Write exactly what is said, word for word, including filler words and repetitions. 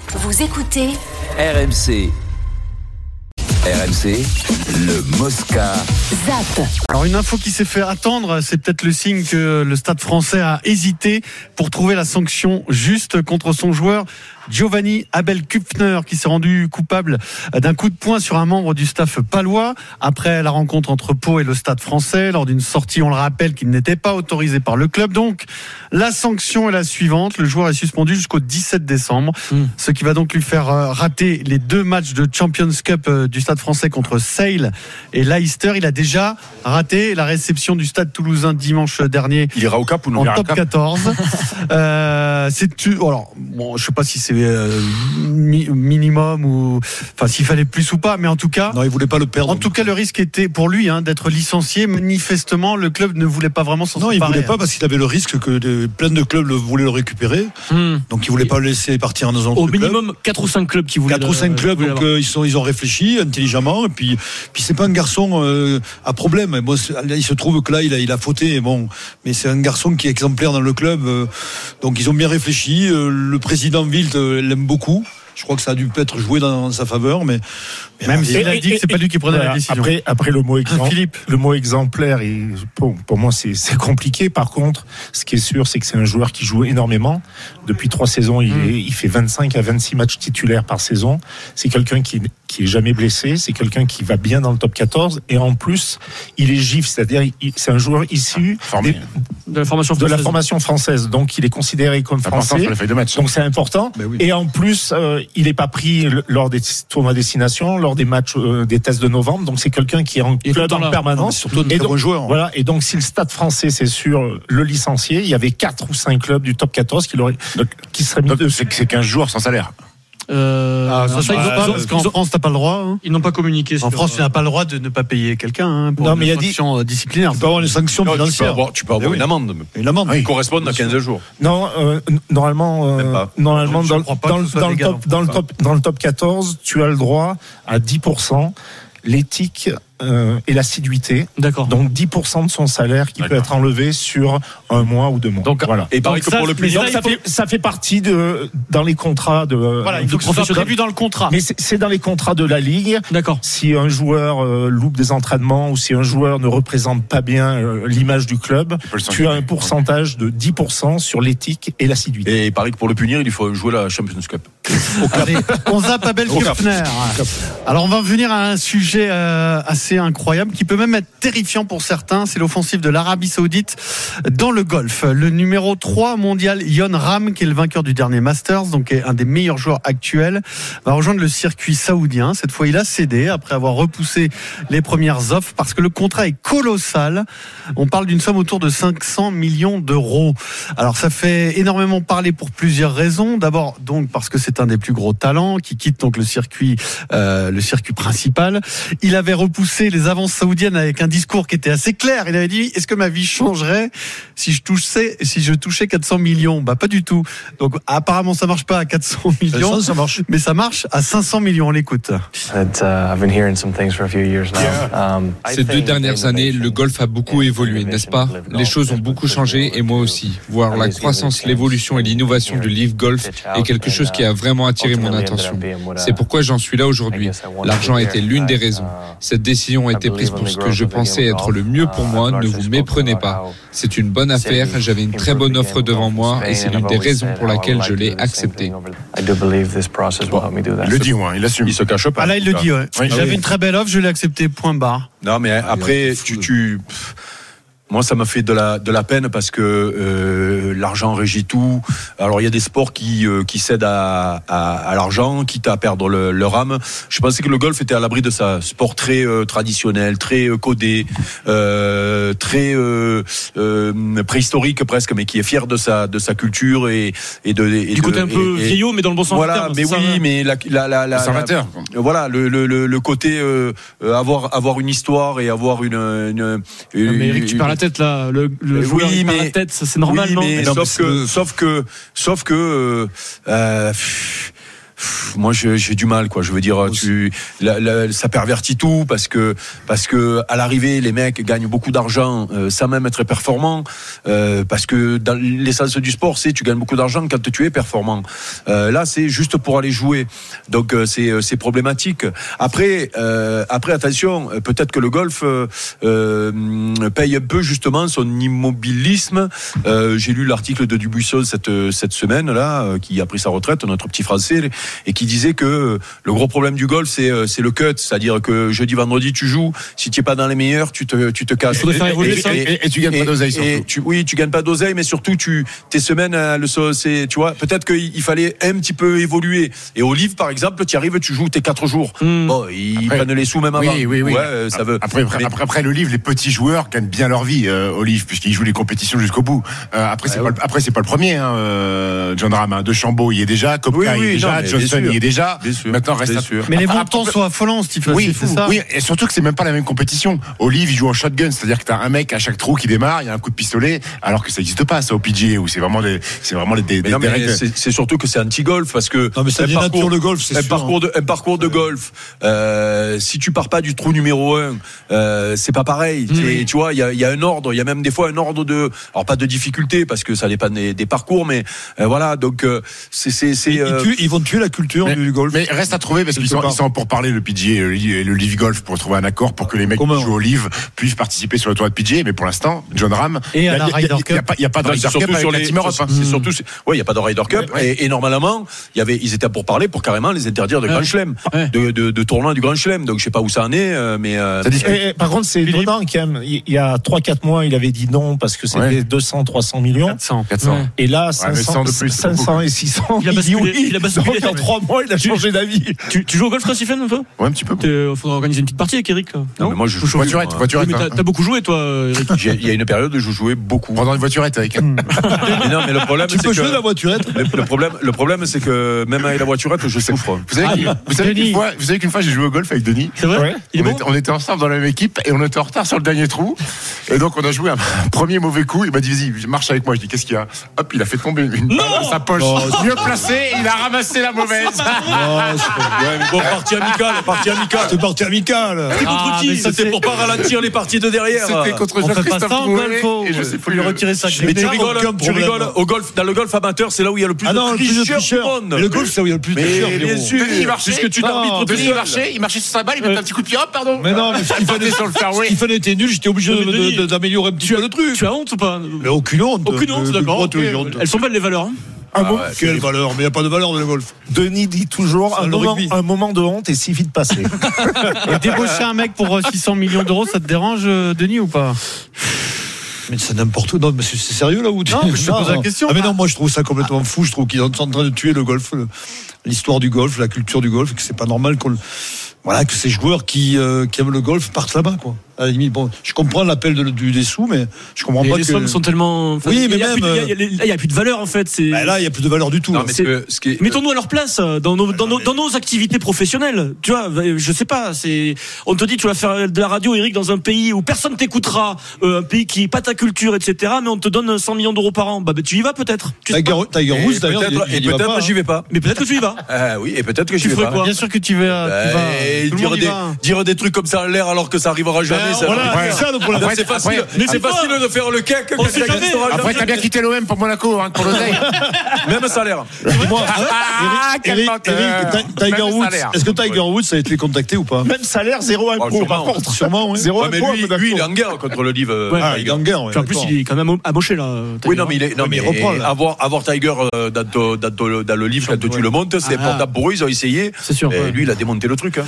Vous écoutez R M C. R M C, le Mosca. Zap. Alors une info qui s'est fait attendre, c'est peut-être le signe que le Stade français a hésité pour trouver la sanction juste contre son joueur Giovanni Abel Kupfner, qui s'est rendu coupable d'un coup de poing sur un membre du staff palois après la rencontre entre Pau et le Stade français lors d'une sortie, on le rappelle, qui n'était pas autorisée par le club. Donc la sanction est la suivante, le joueur est suspendu jusqu'au dix-sept décembre, mmh. ce qui va donc lui faire rater les deux matchs de Champions Cup du Stade français contre Sale et Leicester. Il a déjà raté la réception du Stade toulousain dimanche dernier. Il ira au Cap ou non? En top quatorze. euh, c'est alors bon, je sais pas si c'est euh, mi- minimum ou enfin s'il fallait plus ou pas, mais en tout cas, non, il voulait pas le perdre. En tout cas, le risque était pour lui hein, d'être licencié. Manifestement, le club ne voulait pas vraiment s'en séparer. Non, il voulait pas parce qu'il avait le risque que de, plein de clubs le, voulaient le récupérer. Hmm. Donc il voulait pas le laisser partir dans un autre Au club. minimum quatre ou cinq clubs qui voulaient. quatre ou cinq clubs, donc euh, ils sont ils ont réfléchi intelligemment et puis puis c'est pas un garçon euh, à problème. Bon, il se trouve que là il a il a fauté, bon, mais c'est un garçon qui est exemplaire dans le club. Euh, donc ils ont bien réfléchi. Euh, le président Wild euh, l'aime beaucoup. Je crois que ça a dû peut-être jouer dans sa faveur, mais, mais même s'il a dit que c'est pas lui qui prenait voilà, la décision. Après, après le mot exemple, Philippe. le mot exemplaire, et pour, pour moi c'est, c'est compliqué. Par contre, ce qui est sûr, c'est que c'est un joueur qui joue énormément. Depuis trois saisons, il, mmh. est, il fait vingt-cinq à vingt-six matchs titulaires par saison. C'est quelqu'un qui qui est jamais blessé. C'est quelqu'un qui va bien dans le top quatorze. Et en plus, il est G I F, c'est-à-dire il, c'est un joueur issu ah, des, de la formation française. De la formation française. Donc il est considéré comme français. Sur les feuilles de match. Donc c'est important. Oui. Et en plus, euh, il n'est pas pris lors des tournois destination, lors des matchs, euh, des tests de novembre. Donc c'est quelqu'un qui est en il club en permanence. Surtout un et très donc, bon joueur. Voilà. Et donc si le Stade français, c'est sûr, le licencié, il y avait quatre ou cinq clubs du top quatorze qui, qui seraient mis donc, dessus. C'est, c'est quinze joueurs sans salaire. Euh, ah, ça, ça, ils ont pas, parce qu'en France, t'as pas le droit. Hein. Ils n'ont pas communiqué. En sur, France, tu n'as pas le droit de ne pas payer quelqu'un hein, pour non, une mais sanction dit, disciplinaire. Tu peux avoir une sanction non, financière. Tu peux avoir, tu peux avoir oui. une amende. Une amende qui oui. correspond à quinze jours. Non, euh, normalement, euh, normalement dans, dans, le, dans, le top, dans, le top, dans le top quatorze, tu as le droit à dix pour cent. L'éthique euh, et l'assiduité. D'accord. Donc dix pour cent de son salaire qui D'accord. peut être enlevé sur un mois ou deux mois. Donc voilà. Et pareil que pour le punir, ça, fait, ça fait partie de dans les contrats de. Voilà, il faut que ce soit prévu dans le contrat. Mais c'est, c'est dans les contrats de la ligue. D'accord. Si un joueur euh, loupe des entraînements ou si un joueur ne représente pas bien euh, l'image du club, tu as un pourcentage de dix pour cent sur l'éthique et l'assiduité. Et pareil que pour le punir, il faut jouer la Champions Cup. Allez, on zappe Abel Kupfner. Alors on va revenir à un sujet euh, assez incroyable qui peut même être terrifiant pour certains. C'est l'offensive de l'Arabie Saoudite dans le golf. Le numéro trois mondial Jon Rahm, qui est le vainqueur du dernier Masters, donc est un des meilleurs joueurs actuels, va rejoindre le circuit saoudien. Cette fois, il a cédé après avoir repoussé les premières offres parce que le contrat est colossal. On parle d'une somme autour de cinq cents millions d'euros. Alors ça fait énormément parler pour plusieurs raisons. D'abord, donc parce que c'est un des plus gros talents qui quitte donc le circuit, euh, le circuit principal. Il avait repoussé les avances saoudiennes avec un discours qui était assez clair. Il avait dit: est-ce que ma vie changerait si je touchais, si je touchais quatre cents millions? Bah pas du tout. Donc apparemment ça marche pas à quatre cents millions, ça marche. Mais ça marche à cinq cents millions. On l'écoute. Ces deux dernières années, le golf a beaucoup évolué, n'est-ce pas? Les choses ont beaucoup changé et moi aussi. Voir la croissance, l'évolution et l'innovation du Live Golf est quelque chose qui a vraiment attiré mon attention. C'est pourquoi j'en suis là aujourd'hui. L'argent était l'une des raisons. Cette décision a été prise pour ce que je pensais être le mieux pour moi. Ne vous méprenez pas. C'est une bonne affaire. J'avais une très bonne offre devant moi et c'est l'une des raisons pour laquelle je l'ai accepté. Il le dit, ouais, il assume. Il se cache pas. Ah là, il le dit, ouais. Oui. J'avais oui. une très belle offre, je l'ai accepté, point barre. Non, mais après, tu, tu, moi, ça m'a fait de la de la peine parce que euh, l'argent régit tout. Alors, il y a des sports qui euh, qui cèdent à, à à l'argent, quitte à perdre le, leur âme. Je pensais que le golf était à l'abri de ça. Sport très euh, traditionnel, très euh, codé, euh, très euh, euh, préhistorique presque, mais qui est fier de sa de sa culture et et de et du de, côté un peu et, et, vieillot, mais dans le bon sens voilà, du terme. mais oui, ça, mais la la la, la, la, la voilà le le le, le côté euh, avoir avoir une histoire et avoir une une, une non, mais Eric, tu perds la tête là, le, le joueur oui, il perd mais, la tête, ça, c'est normal, oui, non, mais non sauf, que, sauf que sauf que euh, euh, moi j'ai, j'ai du mal quoi. Je veux dire, tu, la, la, ça pervertit tout parce que parce que à l'arrivée les mecs gagnent beaucoup d'argent euh, sans même être performants. Euh, parce que dans l'essence du sport, c'est tu gagnes beaucoup d'argent quand tu es performant. Euh, là, c'est juste pour aller jouer. Donc euh, c'est c'est problématique. Après euh, après attention, peut-être que le golf euh, euh, paye un peu justement son immobilisme. Euh, j'ai lu l'article de Dubuisson cette cette semaine là, euh, qui a pris sa retraite, notre petit Français, et qui disait que le gros problème du golf c'est c'est le cut, c'est-à-dire que jeudi vendredi tu joues, si tu es pas dans les meilleurs, tu te tu te casses. Il faudrait faire évoluer ça. Et, et, et, et tu gagnes pas d'oseille surtout. Tu, oui, tu gagnes pas d'oseille, mais surtout tu tes semaines le c'est tu vois, peut-être qu'il il fallait un petit peu évoluer. Et au livre par exemple, tu arrives, tu joues tes quatre jours. Mm. Bon, ils après, prennent les sous même avant. Oui, oui, oui. Ouais, ça veut. Après, après, mais... après, après le livre, les petits joueurs gagnent bien leur vie euh, au livre puisqu'ils jouent les compétitions jusqu'au bout. Euh, après, c'est ah, pas, ouais. après c'est pas le premier. Hein, euh, John Ram, hein, De Chambeau, il y est déjà. Kopka, oui, oui, il y est déjà. Non, Johnson, il y est déjà. Maintenant, reste à sûr. Mais les montants sont affolants, Stephen. Oui, c'est ça. Oui, et surtout que c'est même pas la même compétition. Au livre, il joue en shotgun, c'est-à-dire que t'as un mec à chaque trou qui démarre, il y a un coup de pistolet, alors que ça n'existe pas ça au P G A où c'est vraiment des, c'est vraiment des, des, mais non, des mais règles. C'est, c'est surtout que c'est anti-golf parce que non mais ça dénature le golf, c'est un sûr. Parcours de, un parcours de golf. Euh, si tu pars pas du trou numéro un, euh, c'est pas pareil. Mmh. C'est, tu vois, il y a, y a un ordre, il y a même des fois un ordre de, alors pas de difficulté parce que ça dépend des, des parcours, mais euh, voilà. Donc euh, c'est, c'est, c'est. Ils, euh... tuent, ils vont tuer la culture mais, du golf. Mais reste à trouver parce qu'ils sont, ils sont pour parler le P G A et le Live Golf pour trouver un accord pour que les mecs Comment qui jouent au Live puissent participer sur le tournoi de P G A. Mais pour l'instant, John Ram, et à la Ryder Cup, il y a pas, il y a pas de Ryder Cup sur les Team Europe. C'est surtout, ouais, il y a pas de Ryder Cup et normalement, il y avait, ils étaient pour parler pour carrément les interdire de Grand Chelem, de, de, de tournoi du Grand Chelem. Donc je sais pas où ça en est, mais. Euh, et, et, par contre, c'est étonnant quand même. Il y a trois quatre mois, il avait dit non parce que c'était ouais. deux cents trois cents millions. quatre cents quatre cents Ouais. Et là, cinq cents, de plus, cinq cents et six cents Il a basculé. Oui. Il a basculé. Donc, en trois mois, il a changé d'avis. Tu, tu joues au golf, toi, Stephen, un peu? Ouais, un petit peu. Il faudra organiser une petite partie avec Eric. Non, non mais moi, je joue voiturette. voiturette oui, mais t'as, t'as beaucoup joué, toi, Eric. Il y a une période où je jouais beaucoup. Pendant une voiturette avec. mais non, mais le problème, tu c'est peux que jouer la voiturette. Le, le problème, le problème, c'est que même avec la voiturette, je souffre. Vous savez, ah, vous savez qu'une fois, vous savez qu'une fois, j'ai joué au golf avec Denis. C'est vrai. Ouais. On, bon était, on était ensemble dans la même équipe et on était en retard sur le dernier trou. Et donc, on a joué un premier mauvais coup. Il m'a dit, vas-y, marche avec moi. Je dis, qu'est-ce qu'il y a? Hop, il a fait tomber une balle dans sa poche. Oh, mieux placé, il a ramassé la mauvaise. Oh, ouais, mais bon, partie amicale, partie amicale. C'est partie amicale. C'était contre qui? C'était pour pas ralentir les parties de derrière. C'était contre Jean-Christophe Drouet. Et je sais plus lui retirer ça. Mais tu rigoles, tu rigoles. Au golf, dans le golf amateur, c'est là où il y a le plus de tricheurs du monde. Le golf, c'est où il y a le plus de tricheurs. Bien sûr. Denis, il marchait. Puisque tu t'arbitres Denis, il marchait. Il marchait sur sa balle. Il mettait un petit coup de pied. Hop, pardon. Mais non, mais Stephen sur le fairway. Stephen était nul. J'étais obligé d'améliorer un petit peu le truc. Tu as honte ou pas? Mais aucune honte. Aucune honte, d'accord. Elles sont belles les valeurs. Un ah ouais, quelle valeur, mais il n'y a pas de valeur dans le golf. Denis dit toujours un moment, un moment de honte et si vite passé. Et débaucher un mec pour six cents millions d'euros, ça te dérange, Denis, ou pas? Mais c'est n'importe où. Non, mais c'est, c'est sérieux là où tu... Non, mais je te pose la question. Ah mais non, moi je trouve ça complètement fou. Je trouve qu'ils sont en train de tuer le golf, le, l'histoire du golf, la culture du golf, et que c'est pas normal qu'on le... Voilà, que ces joueurs qui, euh, qui aiment le golf partent là-bas, quoi. À la limite, bon, je comprends l'appel de, du, des sous, mais je comprends mais pas les que... sommes sont tellement... Enfin, oui, mais il y a même... Plus de, il n'y a, a plus de valeur, en fait. C'est... Bah là, il n'y a plus de valeur du tout. Non, mais ce que, ce qui est... Mettons-nous à leur place, dans nos, dans, nos, dans nos activités professionnelles. Tu vois, je sais pas, c'est... On te dit, tu vas faire de la radio, Eric, dans un pays où personne t'écoutera, euh, un pays qui n'est pas ta culture, et cetera, mais on te donne cent millions d'euros par an. Bah, bah tu y vas peut-être. Tiger, Tiger Woods, d'ailleurs, peut-être, il, il et peut-être pas, que j'y vais pas. Mais peut-être que tu y vas. Ah oui, et peut-être que j'y tu vais pas. Quoi Bien sûr que tu vas. Bah, tu vas. Dire, des, dire des trucs comme ça en l'air alors que ça arrivera jamais. Ben, ça voilà, ouais. c'est ça le problème. C'est facile, après, mais c'est facile de faire le cake. On sait jamais. Après, t'as bien quitté l'O M pour Monaco, hein, pour l'oseille. Même salaire. Moi, ah, Eric, Eric, Eric, Tiger Woods, est-ce que Tiger Woods a été contacté ou pas? Même salaire, zéro impôt. Par contre, sûrement, zéro impôt. Mais lui, lui, il est en guerre contre le livre. Ah, il est en guerre. En plus, il est quand même amoché là. Oui, non, mais il est, non, mais il reprend. Avoir, avoir Tiger dans le livre quand tu le montes, c'est portable pour eux. Ils ont essayé. C'est sûr. Et lui, il a démonté le truc.